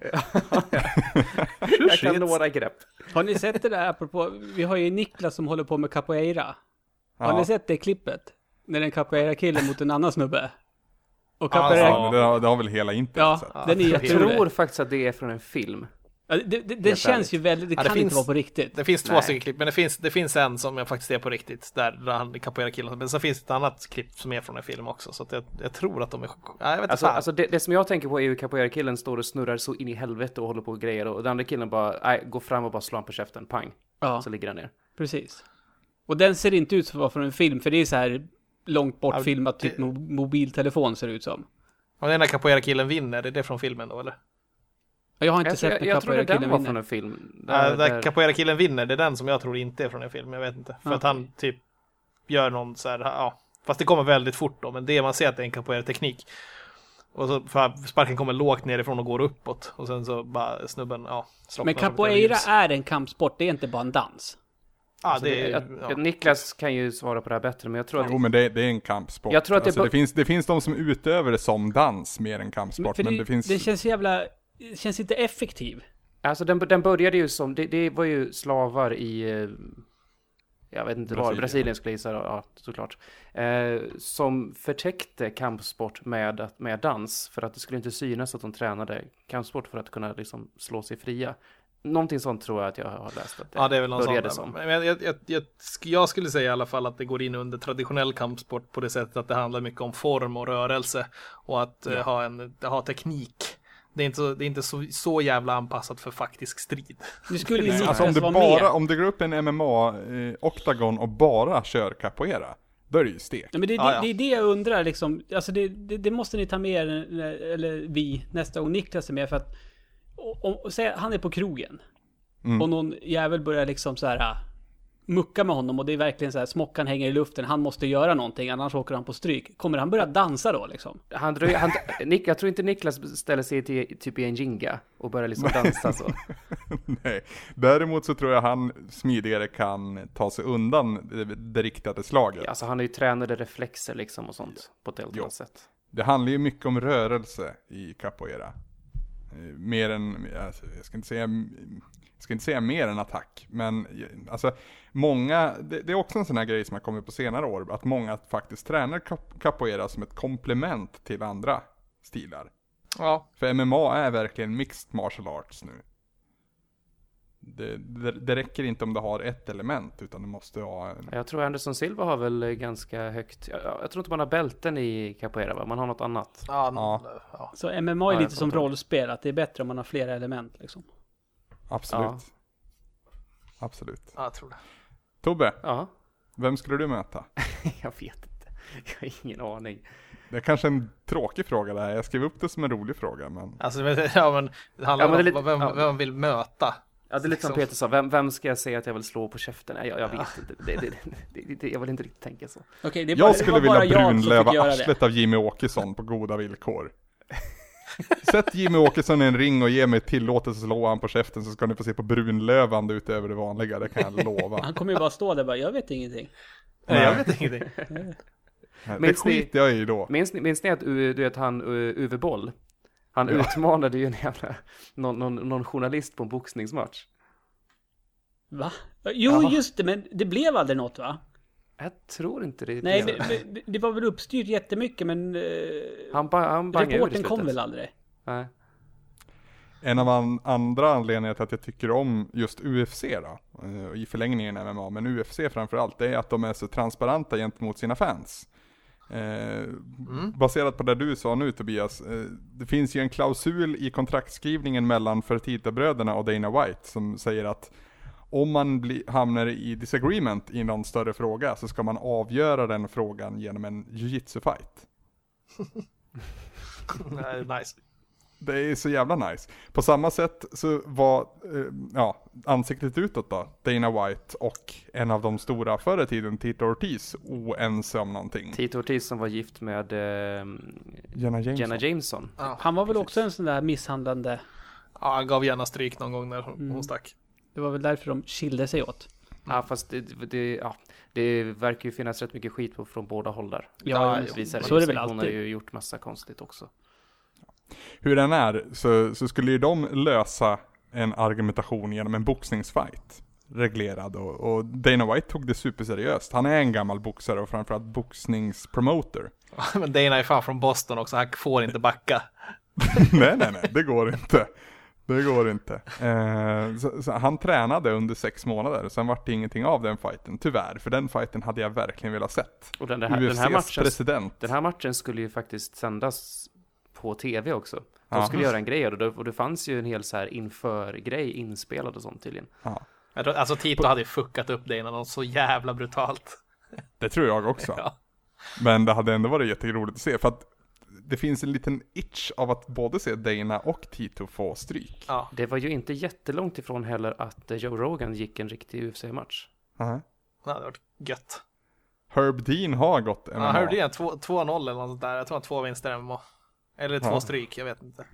Jag kan några grepp. Har ni sett det där apropå, vi har ju Niklas som håller på med capoeira. Har Ja. ni sett det klippet? När en capoeira-kille mot en annan snubbe. Och Ja, capoeira... Ja, men det, har, det har väl hela internet Ja, sett. den är Jag jätterolig. tror faktiskt att det är från en film. Ja, det det, det Helt känns ärligt. ju väldigt, det Ja, det kan finns- inte vara på riktigt. Det finns två Nej. stycken klipp, men det finns, det finns en som jag faktiskt är på riktigt, där, där han capoeira killen. Men sen finns det ett annat klipp som är från en film också, så att jag, jag tror att de är... Ja, jag vet inte Alltså, fan. alltså det, det som jag tänker på är ju capoeira-killen står och snurrar så in i helvete och håller på och grejer och den andra killen bara, nej, går fram och bara slår han på käften, pang. Ja, Så ligger han ner. precis. Och den ser inte ut som att vara från en film, för det är så här långt bort Ja, filmat, typ det- mo- mobiltelefon ser det ut som. Om den där capoeira killen vinner, är det från filmen då eller? Ja, jag har inte Jag, sett jag, när jag trodde den capoeira-killen var vinner. från en film. Där, Där, där där, capoeira killen vinner, det är den som jag tror inte är från en film, jag vet inte. För Ja, att han typ gör någon så här, ja. Fast det kommer väldigt fort då, men det man ser att det är en capoeira-teknik. Och så för sparken kommer lågt nerifrån och går uppåt. Och sen så bara snubben, ja. slocknar Men som ett capoeira jävla ljus. är en kampsport, det är inte bara en dans. Ja, alltså, det det, är... jag, ja. jag, Niklas kan ju svara på det här bättre, men jag tror att... Jo, men det, det är en kampsport. Jag tror att det alltså, bo- det, finns, det finns de som utövar det som dans mer än kampsport. För Men det, det finns... det känns så jävla, det känns inte effektiv. Alltså den, den började ju som, det, det var ju slavar i, eh, jag vet inte var, Brasilien. Brasilien skulle jag gissa, ja såklart. Eh, som förtäckte kampsport med, att- med dans för att det skulle inte synas att de tränade kampsport för att kunna liksom slå sig fria. Någonting sånt tror jag att jag har läst att det, Ja, det är väl någon började sån. som. Men jag, jag, jag, jag, jag skulle säga i alla fall att det går in under traditionell kampsport på det sättet att det handlar mycket om form och rörelse och att eh, ha, en, ha teknik. Det är inte, så, det är inte så, så jävla anpassat för faktisk strid. Nu skulle ju Nej, Niklas alltså om du, vara bara, med. om du går upp en M M A-oktagon och bara kör capoeira, då är det ju stek. Ja, men det, Ja, det, ja. det är det jag undrar liksom. Alltså det, det, det måste ni ta med er, eller vi, nästa gång Niklas är med. För att, om, om, säg, han är på krogen. Mm. Och någon jävel börjar liksom så här ah, mucka med honom. Och det är verkligen så här, smockan hänger i luften. Han måste göra någonting, annars åker han på stryk. Kommer han börja dansa då liksom? Han dröj, han, Nick, jag tror inte Niklas ställer sig till, typ i en ginga och börjar liksom dansa så. Nej. Däremot så tror jag han smidigare kan ta sig undan det, det riktade slaget. Alltså han har ju tränade reflexer liksom och sånt på ett helt Jo. annat sätt. Det handlar ju mycket om rörelse i capoeira. Eh, Mer än, alltså, jag ska inte säga, jag ska inte säga mer än attack. Men alltså, många, det, det är också en sån här grej som har kommit på senare år. Att många faktiskt tränar cap- capoeira som ett komplement till andra stilar. Ja, För M M A är verkligen mixed martial arts nu. Det, det, det räcker inte om du har ett element, utan du måste ha en... Jag tror Anderson Silva har väl ganska högt, jag, jag tror inte man har bälten i capoeira va? Man har något annat. ja, Ja. ja. Så M M A är Ja, lite jag som fattar. rollspel. Att det är bättre om man har flera element liksom. Absolut. Ja. Absolut. ja jag tror det. Tobbe, Ja, vem skulle du möta? jag vet inte. Jag har ingen aning. Det är kanske en tråkig fråga det här. Jag skrev upp det som en rolig fråga, men... Alltså, ja men det handlar Ja, men det är om lite- vem, ja. vem man vill möta. Ja, det är lite som Liksom. Peter sa, vem, vem ska jag säga att jag vill slå på käften? Nej, jag, jag vet inte. Det, det, det, det, det, jag vill inte riktigt tänka så. Okej, det är bara- Jag det skulle var bara vilja jag som fick brunlöva göra det. arslet av Jimmy Åkesson på goda villkor. Sätt Jimmy Åkesson i en ring och ge mig tillåtelse att slå han på käften, så ska ni få se på brunlövande utöver det vanliga, det kan jag lova. Han kommer ju bara stå där och bara, jag vet ingenting. Nej, jag vet ingenting. Det Minns ni- skiter jag i då. Minns, ni- minns ni att U- du vet han U- Uwe Boll? Han Ja. utmanade ju en jävla, någon, någon, någon journalist på en boxningsmatch. Va? Jo, Ja. just det, men det blev aldrig något va? Jag tror inte det. Nej, blev- det, det, det var väl uppstyrt jättemycket, men... Eh, han, ba, han bangade ur i reporten kom slutet. väl aldrig? Nej. En av an- andra anledningar till att jag tycker om just U F C då, eh, och i förlängningen M M A, men U F C framförallt, det är att de är så transparenta gentemot sina fans. Eh, Baserat på det du sa nu Tobias, eh, det finns ju en klausul i kontraktskrivningen mellan Fertitta-bröderna och Dana White som säger att om man bli, hamnar i disagreement i någon större fråga så ska man avgöra den frågan genom en jiu-jitsu-fight. Nice. Det är så jävla nice. På samma sätt så var eh, ja, ansiktet utåt då, Dana White och en av de stora förr i tiden, Tito Ortiz, oense om någonting. Tito Ortiz som var gift med eh, Jenna Jameson. Jenna Jameson. Ja, Han var väl precis. också en sån där misshandlande. ja, han gav gärna stryk någon gång när hon, Mm. hon stack. Det var väl därför de skilde sig åt. Ja, fast det, det, ja, det verkar ju finnas rätt mycket skit på, från båda håll där. Ja, Det visar så är det sig. väl Hon har alltid. ju gjort massa konstigt också. Hur den är så, så skulle ju de lösa en argumentation genom en boxningsfight. Reglerad och, och Dana White tog det superseriöst. Han är en gammal boxare och framförallt boxningspromoter. Men Dana är fan från Boston också, han får inte backa. nej, nej, nej, det går inte. Det går inte. Eh, så, så han tränade under sex månader. Sen var det ingenting av den fighten, tyvärr. För den fighten hade jag verkligen velat sett. Och den, den, här, U F den, C:s här matchen, president. den här matchen skulle ju faktiskt sändas på tv också. De Ja. skulle göra en grej och det, och det fanns ju en hel så här inför-grej inspelad och sånt tydligen. Ja, Jag tror, alltså Tito hade ju fuckat upp Dana något så jävla brutalt. det tror jag också. Ja. Men det hade ändå varit jätteroligt att se. För att det finns en liten itch av att både se Dana och Tito få stryk. Ja. Det var ju inte jättelångt ifrån heller att eh, Joe Rogan gick en riktig U F C-match. Uh-huh. Det hade varit gött. Herb Dean har gått M M A. Ja, hörde det? två noll eller något sånt där. Jag tror att två vinster M M A. Eller två Ja. stryk, jag vet inte.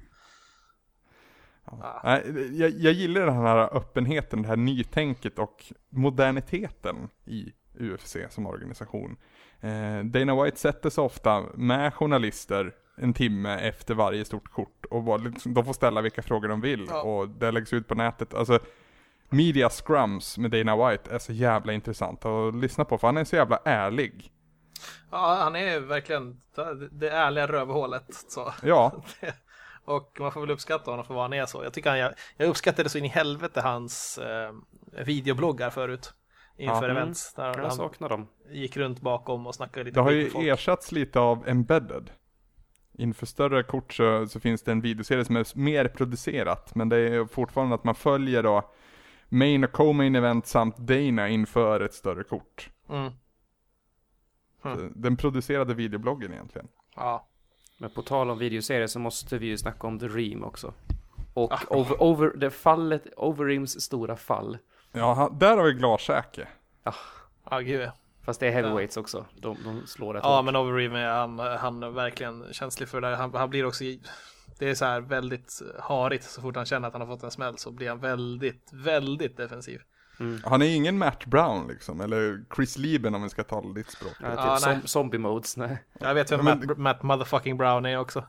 Ja. Nej, jag, jag gillar den här öppenheten, det här nytänket och moderniteten i U F C som organisation. Eh, Dana White sätter sig ofta med journalister en timme efter varje stort kort och bara, liksom, de får ställa vilka frågor de vill Ja. och det läggs ut på nätet. Alltså, media scrums med Dana White är så jävla intressant att lyssna på för han är så jävla ärlig. Ja, han är verkligen det ärliga rövhålet. Så. Ja, Och man får väl uppskatta honom för vad han är så. Jag tycker han, jag, jag uppskattade så in i helvete hans eh, videobloggar förut. Inför Ja. events. Där Jag han saknar dem. gick runt bakom och snackade lite det har skit ju med folk. ersatts lite av embedded. Inför större kort så, så finns det en videoserie som är mer producerat. Men det är fortfarande att man följer då main och co-main event samt Dana inför ett större kort. Mm. Mm. Så den producerade videobloggen egentligen. Ja. Men på tal om videoserier så måste vi ju snacka om The Ream också. Och Ah. over, over, det fallet, Overeems stora fall. Ja, han, där har vi glaskäke. Ja, gud ja. Fast det är heavyweights också. De, de slår rätt Ja, hårt. men Overeem är han, han är verkligen känslig för det där. Han, han blir också, det är så här väldigt harigt. Så fort han känner att han har fått en smäll så blir han väldigt, väldigt defensiv. Mm. Han är ingen Matt Brown liksom, eller Chris Lieben om vi ska tala ditt språk. Ja, typ Ja, nej. som, zombie modes, nej. Jag vet vem Ja, men- Matt, Matt motherfucking Brown är också.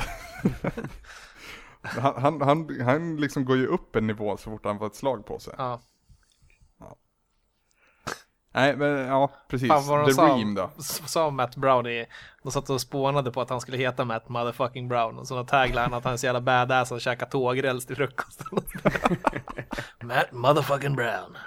Han, han, han, han liksom går ju upp en nivå så fort han får ett slag på sig. Ja. Nej, men ja, precis. Fan vad de The sa, Ream då. sa Matt Brown i, de satt och spånade på att han skulle heta Matt motherfucking Brown. Och så tagline att han är så jävla badass och käkar tågräls till frukosten. Matt motherfucking Brown.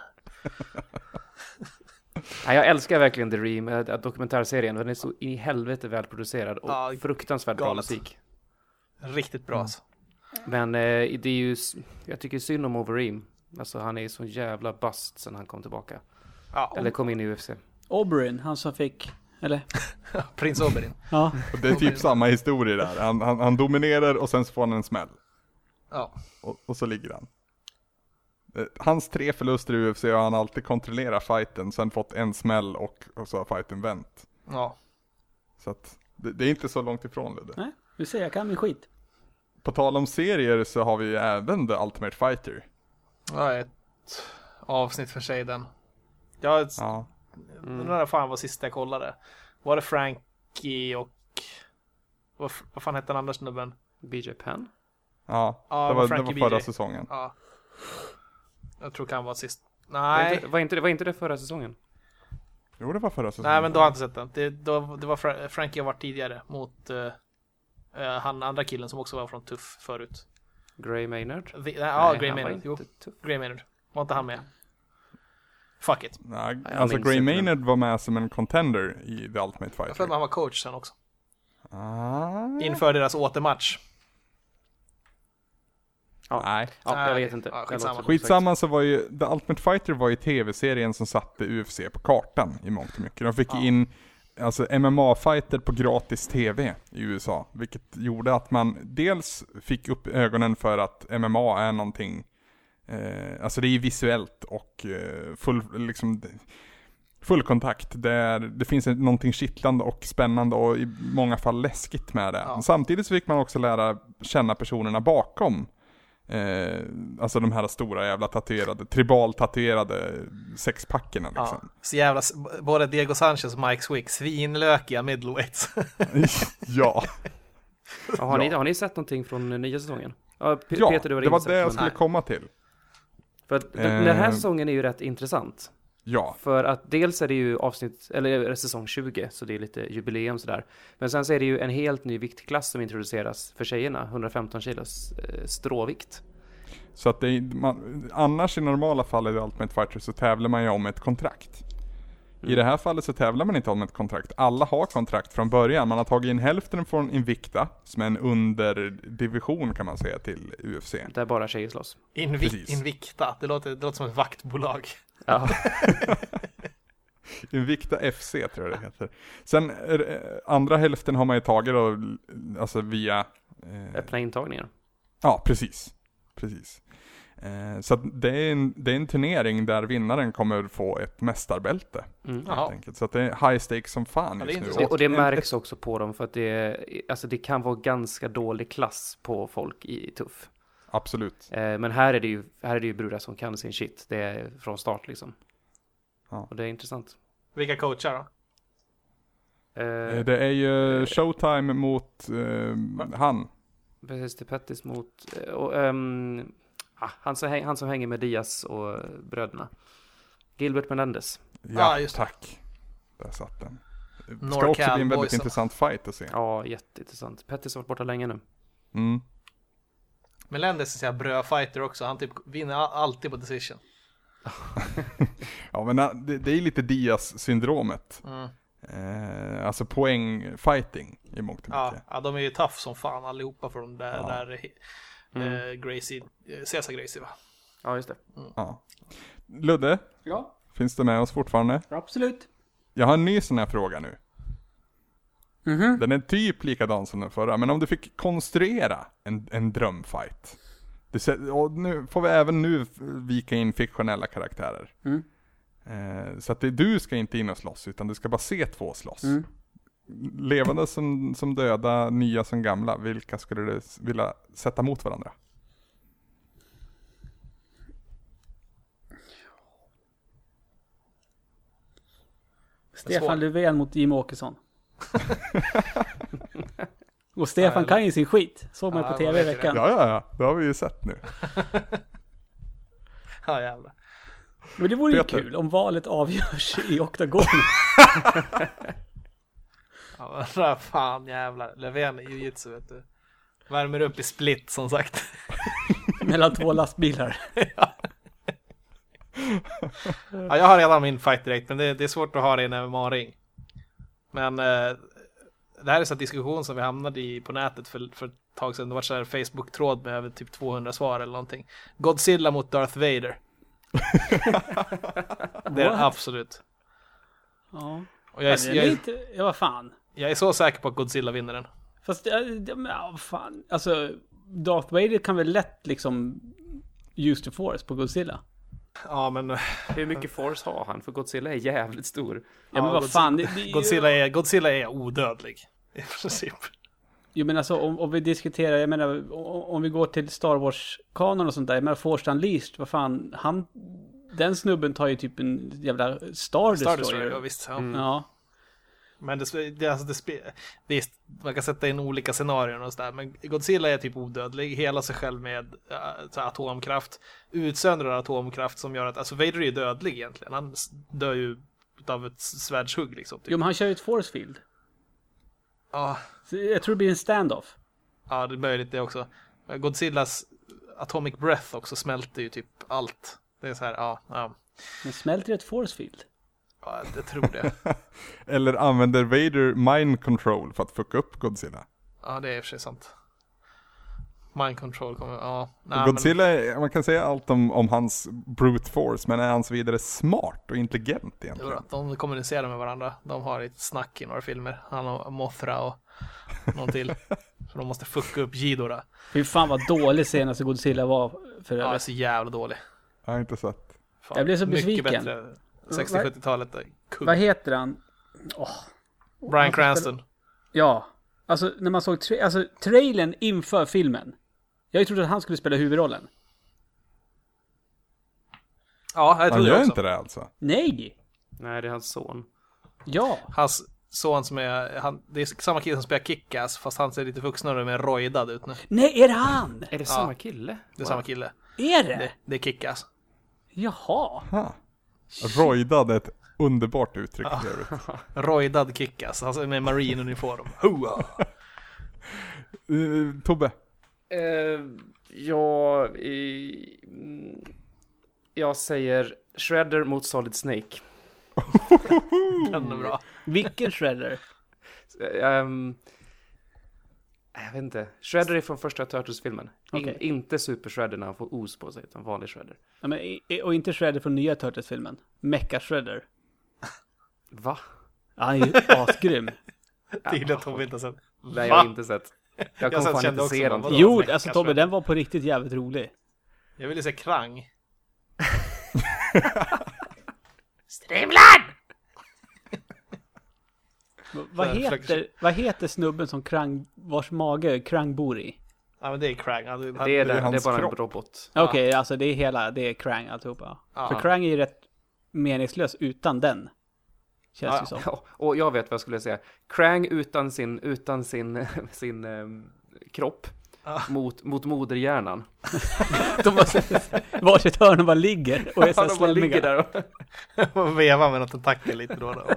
Nej, jag älskar verkligen The Ream, äh, dokumentärserien. Den är så i helvete välproducerad och Ja, fruktansvärt bra galet. musik. Riktigt bra alltså. Men eh, det är ju, s- jag tycker synd om Overeem. Alltså han är ju så jävla bust sen han kom tillbaka. Ja, Eller kom in i U F C. Oberyn, han som fick, eller? Prins Oberyn. Ja. Och det är typ samma historia där. Han, han, han dominerar och sen så får han en smäll. Ja. Och, och så ligger han. Eh, Hans tre förluster i U F C har han alltid kontrollerat fighten. Sen fått en smäll och, och så har fighten vänt. Ja. Så att det, det är inte så långt ifrån Ludde. Nej, du ser, jag kan min skit. På tal om serier så har vi ju även The Ultimate Fighter. Ja, ett avsnitt för sig den. Jag Ja. undrar när fan var sista jag kollade. Var det Frankie och vad, f- vad fan hette den andra snubben? B J Penn? Ja, Ja, det var var, det Frankie var förra B J. säsongen. Ja. Jag tror kan vara sist. Var Nej. inte, var, inte, det- var inte det förra säsongen? Jo, det var förra säsongen. Nej, men då har jag inte sett den. Det, då, det var Fra- Frankie har varit tidigare mot uh, han andra killen som också var från Tuff förut. Gray Maynard? The, nej, ja, Nej, Gray han var Maynard. Jo, inte tuff. Gray Maynard. Var inte han med? Fuck it. Nej, jag alltså minns Gray inte, Maynard var med som en contender i The Ultimate Jag tror att Fighter. han var coach sen också. Ah, Inför deras återmatch. Ja. Nej. Ja, jag vet inte. Ja, Det skitsamma. låter Skitsamma, så var ju The Ultimate Fighter var ju tv-serien som satte U F C på kartan i mångt och mycket. De fick Ja. in alltså M M A-fighter på gratis tv i U S A, vilket gjorde att man dels fick upp ögonen för att M M A är någonting, eh, alltså det är ju visuellt och eh, full, liksom, full kontakt. Det, är, det finns någonting kittlande och spännande och i många fall läskigt med det. Ja. Men samtidigt så fick man också lära känna personerna bakom. Eh, alltså de här stora jävla tatuerade, tribal tatuerade sexpackerna liksom. Ja, så jävla, både Diego Sanchez och Mike Swick, svinlökiga middleweights. Ja. Ja, har, ni, Ja. har ni sett någonting från nya säsongen? Ja, P- Ja, Peter, du har det var insett, det jag men- skulle nej. komma till. För att den, den här Eh. säsongen är ju rätt intressant. Ja, För att dels är det ju avsnitt, eller säsong tjugo, så det är lite jubileum sådär. Men sen så är det ju en helt ny viktklass som introduceras för tjejerna, hundrafemton kilos eh, stråvikt. så att det är, man, annars i normala fall i The Ultimate Fighter så tävlar man ju om ett kontrakt. I det här fallet så tävlar man inte om ett kontrakt. Alla har kontrakt från början. Man har tagit in hälften från Invicta, som är en underdivision kan man säga till U F C. Där bara tjejer slåss. Invi- Precis. Invicta, det låter, det låter som ett vaktbolag. Ja. Invicta F C tror jag det heter. Sen eh, andra hälften har man ju tagit då, alltså via... Eh, Öppna intagningar. ja, precis. Precis. Eh, så att det är, en, det är en turnering där vinnaren kommer få ett mästarbälte. Mm. Jaha. Helt enkelt. Så att det är high stakes som fan Ja, det är just nu. intressant. Och det en- märks också på dem för att det, är, alltså det kan vara ganska dålig klass på folk i tuff. Absolut. Eh, men här är det ju, här är det ju brudar som kan sin shit. Det är från start liksom. Ja. Och det är intressant. Vilka coachar då? Eh, Eh, Det är ju Showtime mot eh, han. Precis, till Pettis mot eh, och, ehm, ah, han, som häng, han som hänger med Diaz och eh, bröderna. Gilbert Menendez. Ja, Ah, just det. tack. Där satt den. Det ska Norcal också bli en väldigt boysen. intressant fight att se. Ja, jätteintressant. Pettis har varit borta länge nu. Mm. Melendez är en brödfighter också. Han typ vinner all- alltid på decision. Ja, men äh, det, det är lite Diaz-syndromet. Mm. Eh, alltså poängfighting i mångt och Ja, mycket. ja, de är ju tough som fan allihopa från där, Ja. där Mm. eh, Gracie, eh, Cesar Gracie va? Ja, just det. Ja. Ludde, Ja, finns du med oss fortfarande? absolut. Jag har en ny sån här fråga nu. Mhm. Den är typ likadan som den förra, men om du fick konstruera en, en drömfight. Du, sä- och nu får vi även nu vika in fiktionella karaktärer. Mm. Eh, så att det, du ska inte in och slåss, utan du ska bara se två slåss. Mm. Levande som, som döda, nya som gamla. Vilka skulle du s- vilja sätta mot varandra? Stefan svår. Löfven mot Jim Åkesson. Och Stefan Ja, kan ju sin skit. Såg man Ja, på man tv i vet ju veckan. Ja, ja, ja. Det har vi ju sett nu. Ja jävlar. Men det vore ju Peter. kul om valet avgörs i oktagonen. Ja, men fan jävlar. Löfven i jiu-jitsu vet du. Värmer upp i split som sagt. Mellan två lastbilar. Ja, jag har redan min fight direkt, men det, det är svårt att ha det i en M M A-ring. Men eh, det här är så en diskussion som vi hamnade i på nätet för, för ett tag sedan. Det var så här Facebook-tråd med över typ tvåhundra svar eller någonting. Godzilla mot Darth Vader. Det är What? absolut. Ja. Och jag Ja, är, den jag, är är, inte... Ja, vad fan. jag är så säker på att Godzilla vinner den. Fast, ja, det- men, ja, vad fan. Alltså, Darth Vader kan väl lätt liksom use the force på Godzilla. Ja, men, Hur mycket force har han? För Godzilla är jävligt stor. Ja, men Ja, vad Godzilla- fan. Det, det, Godzilla, är, Godzilla är odödlig. I princip. Jo, men alltså om, om vi diskuterar, jag menar, om, om vi går till Star Wars-kanon och sånt där. Jag menar, Force Unleashed, vad fan, han... Den snubben tar ju typ en jävla Star Star Destroyer. Destroyer, ja visst. Ja. Mm. Ja. Men det, det, alltså det spe, visst, man kan sätta in olika scenarion och sådär, men Godzilla är typ odödlig, hela sig själv med äh, så här atomkraft, utsöndrar atomkraft som gör att, alltså Vader är ju dödlig egentligen, han s- dör ju av ett svärdshugg liksom. Typ. Jo, men han kör ju ett force field. Ja, Så jag tror det blir en standoff. ja, det är möjligt det också. Godzillas atomic breath också smälter ju typ allt. Det är så här, ja, ja, Men smälter ett force field? ja jag tror det. Eller använder Vader mind control för att fucka upp Godzilla? Ja, det är i och för sig sant. Mind control kommer, ja. Nej, Godzilla, men... man kan säga allt om, om hans brute force, men är han så vidare smart och intelligent egentligen? Jo, de kommunicerar med varandra. De har ett snack i några filmer. Han och Mothra och någon till. Så de måste fucka upp Ghidorah. Fy fan vad dålig senaste Godzilla var för Ja, det är övrigt. så jävla dålig. Jag har inte sett. Fan, Jag blev så besviken. Mycket bättre. sextio-sjuttiotalet är kung. Vad heter han? Åh. Bryan Han Cranston. spelar- Ja. Alltså när man såg tra- alltså, trailern inför filmen. Jag trodde att han skulle spela huvudrollen. Ja, jag Han tror det gör också. inte det alltså. Nej! Nej, det är hans son. Ja. Hans son som är, han, det är samma kille som spelar Kick-Ass, fast han ser lite vuxnare med rojdad ut nu. Nej, är det han? Är det samma kille? Det är samma kille. Är det? Det, det är Kick-Ass. Jaha. Ha. Rojdad är ett underbart uttryck för övrigt. Rojdad Kick-Ass, alltså med marine-uniform. Hoa! Uh, Tobbe? Uh, ja, i, mm, jag säger Shredder mot Solid Snake. Den är bra. Vilken Shredder? Um, jag vet inte. Shredder är från första Turtles-filmen. In, Okej. Inte Super Shredder när han får os på sig, utan vanlig Shredder. Ja, men, i- och inte Shredder från nya Turtles-filmen. Mecha Shredder. Va? Ja, han är ju asgrym. Tydligen att Tobbe inte har sett. Nej, jag har inte sett. Jag Jag kommer satt- fan kände inte också se bara, den. vadå? Jo, Mecha alltså Tobbe, Shredder. den var på riktigt jävligt rolig. Jag ville se Krang. Strimlan! V- vad, Jag heter, försöker- vad heter snubben som Krang, vars mage Krang bor i? Ja, men det är Krang. Han, han, Det är, det är det, det är hans bara kropp. en robot. Ja. Okej, alltså det är hela, det är Krang alltihopa. Ja. För Krang är ju rätt meningslös utan den. Känns Ja, ju som. Ja, och jag vet vad jag skulle säga. Krang utan sin, utan sin, sin ehm, kropp Ja. mot, mot moderhjärnan. De bara, varsitt hörn och bara ligger och är så Ja, här de bara ligger slemmiga. där och... och veva med något tentakel lite då och då.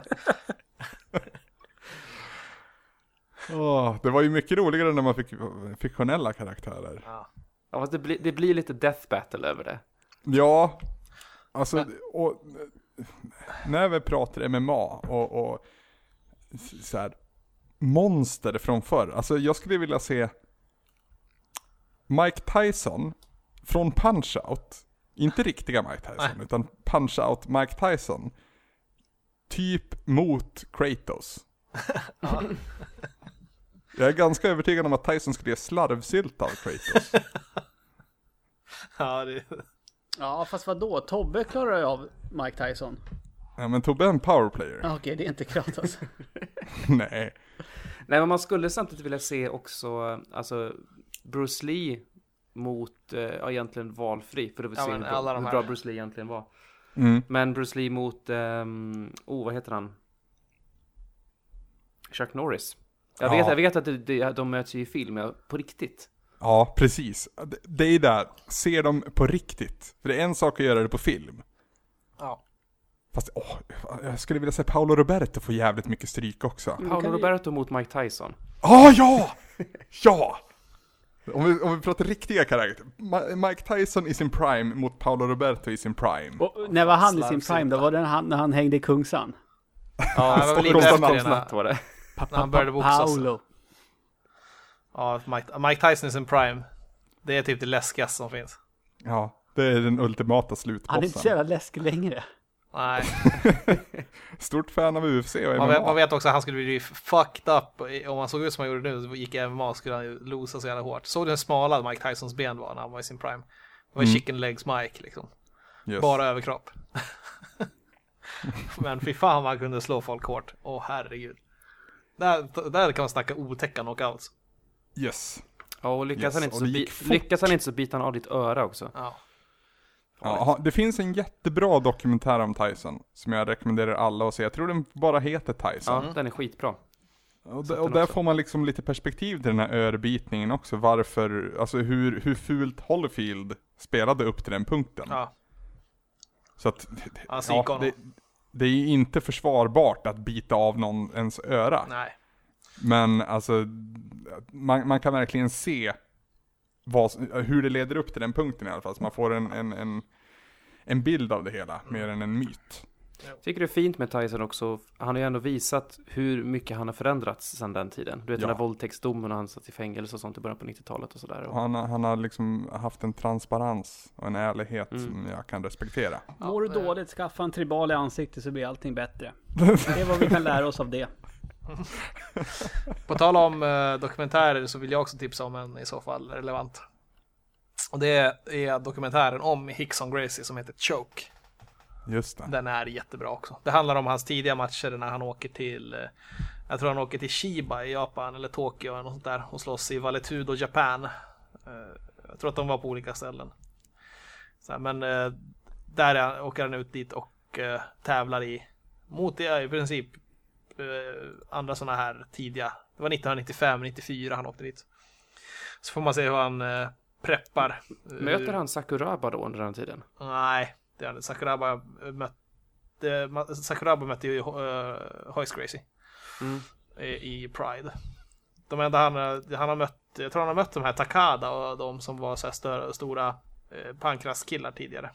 Åh, det var ju mycket roligare när man fick fiktionella karaktärer. Ja. Ja, fast det, blir, det blir lite death battle över det. Ja, alltså, och när vi pratar M M A och, och så här, monster från förr. Alltså jag skulle vilja se Mike Tyson från Punch-Out. Inte riktiga Mike Tyson, Nej. utan Punch-Out Mike Tyson. Typ mot Kratos. Ja. Jag är ganska övertygad om att Tyson skulle ge slarvsylta av Kratos. Ja, det... Ja, fast vad då? Tobbe klarar ju av Mike Tyson. Ja, men Tobbe är en powerplayer. Ja, Okej, det är inte Kratos. Nej. Nej, men man skulle samtidigt vilja se också, alltså, Bruce Lee mot, eh, ja, egentligen valfri. För det vill Ja, se men hur, alla bra, de hur här- bra Bruce Lee egentligen var. Mm. Men Bruce Lee mot, um, oh, vad heter han? Chuck Norris. Jag vet, Ja. jag vet att det, det, de möts ju i film, ja, på riktigt. Ja, precis. Det- Det är där. Ser dem på riktigt. För det är en sak att göra det på film. Ja. Fast, åh, jag skulle vilja se Paolo Roberto få jävligt mycket stryk också. Mm. Paolo kan vi- Roberto mot Mike Tyson. Ah, ja! Ja! Om vi, om vi pratar riktiga karaktärer. Ma- Mike Tyson i sin prime mot Paolo Roberto i sin prime. Och när var han i sin Slarvsylta. prime då? Var det när han, när han hängde i Kungsan? Ja, det var väl lite Stockholms efter det, natt var det. När han började boxas. Paolo. Ja, Mike, Mike Tyson i sin prime. Det är typ det läskigaste som finns. Ja, det är den ultimata Han är inte så slutbossen. jävla läskig längre. Nej. Stort fan av U F C och Man M M A. vet, man vet också att han skulle bli fucked up. Om han såg ut som han gjorde nu så gick M M A skulle han ju losa så jävla hårt. Såg du hur smala Mike Tysons ben var när han var i sin prime? Det var Mm. chicken legs Mike liksom. Yes. Bara överkropp. Men fy fan man kunde slå folk hårt. Åh herregud. Där, där kan man snacka otäcka knockouts. Yes. Ja, och lyckas, Yes, han inte och så det bi- gick fort. lyckas han inte så biter han av ditt öra också. Ja. Ja, det finns en jättebra dokumentär om Tyson som jag rekommenderar alla att se. Jag tror den bara heter Tyson. Ja, den är skitbra. Och, Så d- att och den där också- får man liksom lite perspektiv till den här örbitningen också. Varför, alltså hur, hur fult Holyfield spelade upp till den punkten. Ja. Så att, Han psykade ja, honom. det, det är inte försvarbart att bita av någon ens öra. Nej. Men alltså, man, man kan verkligen se vad, hur det leder upp till den punkten i alla fall. Så man får en, en, en, en bild av det hela, mer än en myt. Tycker det är fint med Tyson också. Han har ju ändå visat hur mycket han har förändrats sedan den tiden. Du vet Ja. den där våldtäktsdomen och han satt i fängelse och sånt i början på nittiotalet och sådär. Och han, har- han har liksom haft en transparens och en ärlighet Mm. som jag kan respektera. Mår du det- dåligt, skaffa en tribal i ansiktet så blir allting bättre. Det är vad vi kan lära oss av det. På tal om eh, dokumentärer så vill jag också tipsa om en i så fall relevant. Och det är dokumentären om Rickson Gracie som heter Choke. Just det. Den är jättebra också. Det handlar om hans tidiga matcher när han åker till, eh, jag tror han åker till Chiba i Japan eller Tokyo eller något sånt där och slåss i Valetudo Japan. Eh, jag tror att de var på olika ställen. Så här, men eh, där är, åker han ut dit och eh, tävlar i mot ja, i princip eh, andra sådana här tidiga. Det var nittonhundranittiofem nittiofyra han åkte dit. Så får man se hur han eh, preppar. Möter han Sakuraba då under den tiden? Nej, det är Sakuraba mötte Sakuraba mötte ju uh, Hoist Gracie Mm. i, i Pride. De enda han, han har mött, jag tror han har mött de här Takada och de som var så här större, stora eh, pankraskillar tidigare.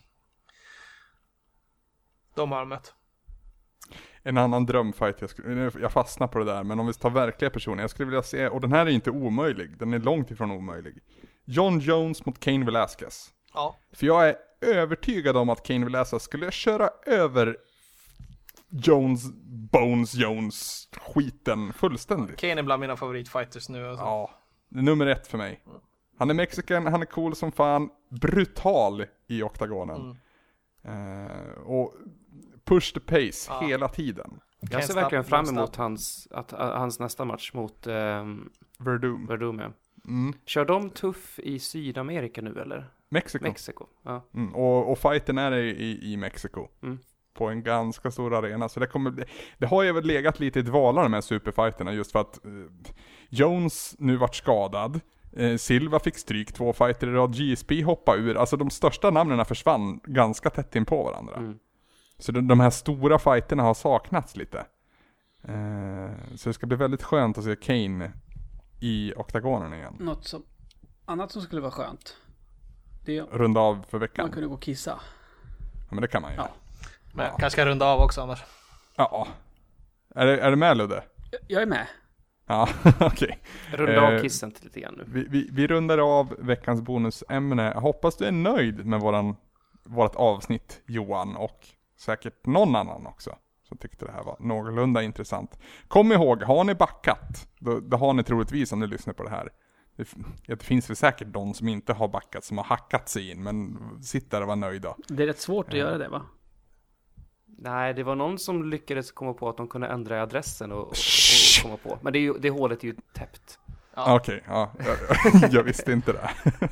De har han mött. En annan drömfight, jag, skulle, jag fastnar på det där, men om vi tar verkliga personer, jag skulle vilja se, och den här är inte omöjlig, den är långt ifrån omöjlig. John Jones mot Cain Velasquez. Ja. För jag är övertygad om att Cain Velasquez skulle köra över Jones, Bones Jones skiten fullständigt. Kane är bland mina favoritfighters nu. Alltså. Ja, det är nummer ett för mig. Han är mexican, han är cool som fan, brutal i oktagonen. Mm. Eh, och push the pace Ja. hela tiden. Jag ser Can't verkligen stop, fram don't emot stop. hans, att, att, hans nästa match mot um, Verdum. Verdum. Ja. Mm. Kör de tuff i Sydamerika nu eller? Mexiko. Mexiko. Ja. Mm. Och, och fighten är i, i, i Mexiko. Mm. På en ganska stor arena. Så det kommer bli, det har ju väl legat lite i dvala de här superfighterna just för att eh, Jones nu vart skadad. Eh, Silva fick stryk två fighter i rad. G S P hoppade ur. Alltså de största namnen försvann ganska tätt in på varandra. Mm. Så de, de här stora fighterna har saknats lite. Eh, så det ska bli väldigt skönt att se Kane i oktagonen igen. Något som, annat som skulle vara skönt. Det är om Runda av för veckan. man kunde gå och kissa. Ja, men det kan man ju. Ja. Ja. Men jag kanske ska runda av också annars. ja. Är det, är det med Ludde? Jag- Jag är med. Ja, okej. Runda av Eh, kissen till lite grann nu. Vi, vi, vi rundar av veckans bonusämne. Jag hoppas du är nöjd med våran, vårat avsnitt, Johan, och säkert någon annan också som tyckte det här var någorlunda intressant. Kom ihåg, har ni backat, då, då har ni troligtvis om ni lyssnar på det här. Det, f- det finns väl säkert de som inte har backat, som har hackat sig in, men sitt där och var nöjda. Det är rätt svårt att göra det va? Nej, det var någon som lyckades komma på att de kunde ändra adressen och, och, och komma på. Men det, är ju, det hålet är ju täppt. Ja. Okej, ja, jag, jag visste inte det.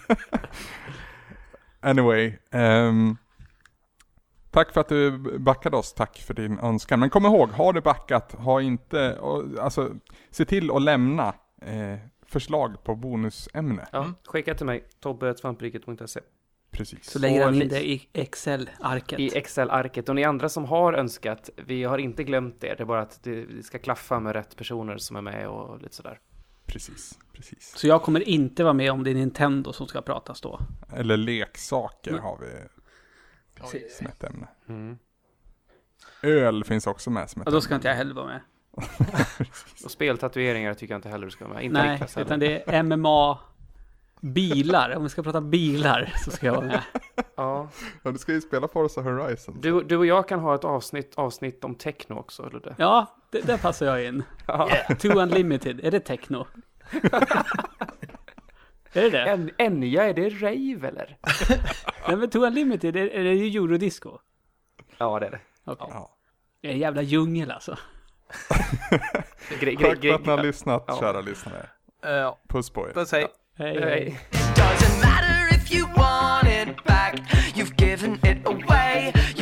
Anyway, ehm, tack för att du backade oss, tack för din önskan. Men kom ihåg, har du backat, ha inte, och, alltså, se till att lämna eh, förslag på bonusämne. Ja, skicka till mig, tobbe snabel-a svampriket punkt se. Precis. Så lägger han Och- in det i Excel-arket. I Excel-arket. Och ni andra som har önskat, vi har inte glömt er. Det är bara att det, det ska klaffa med rätt personer som är med och lite sådär. Precis, precis. Så jag kommer inte vara med om det är Nintendo som ska pratas då. Eller leksaker Mm. har vi Oj. som ett ämne. Mm. Öl finns också med som ett Och då ska ämne. inte jag heller vara med. Och speltatueringar tycker jag inte heller du ska vara med. Inte Nej, Niklas heller. utan det är M M A, bilar. Om vi ska prata bilar så ska jag vara med. Ja. Ja, du ska ju spela Forza Horizon. Du, du och jag kan ha ett avsnitt, avsnitt om techno också, Ludde. Ja, det, där passar jag in. Ja. Two Unlimited, är det techno? Är det det? En, Enya, är det rave eller? Nej men Two Unlimited, är, är det ju eurodisco? Ja, det är det. Okej. Ja. Det är en jävla djungel alltså. Gre- Tack för att ni har gre- lyssnat, Ja. kära lyssnare. Ja, Puss på er. puss hej. Hej, Hej. hej. Doesn't matter if you want it back, you've given it away.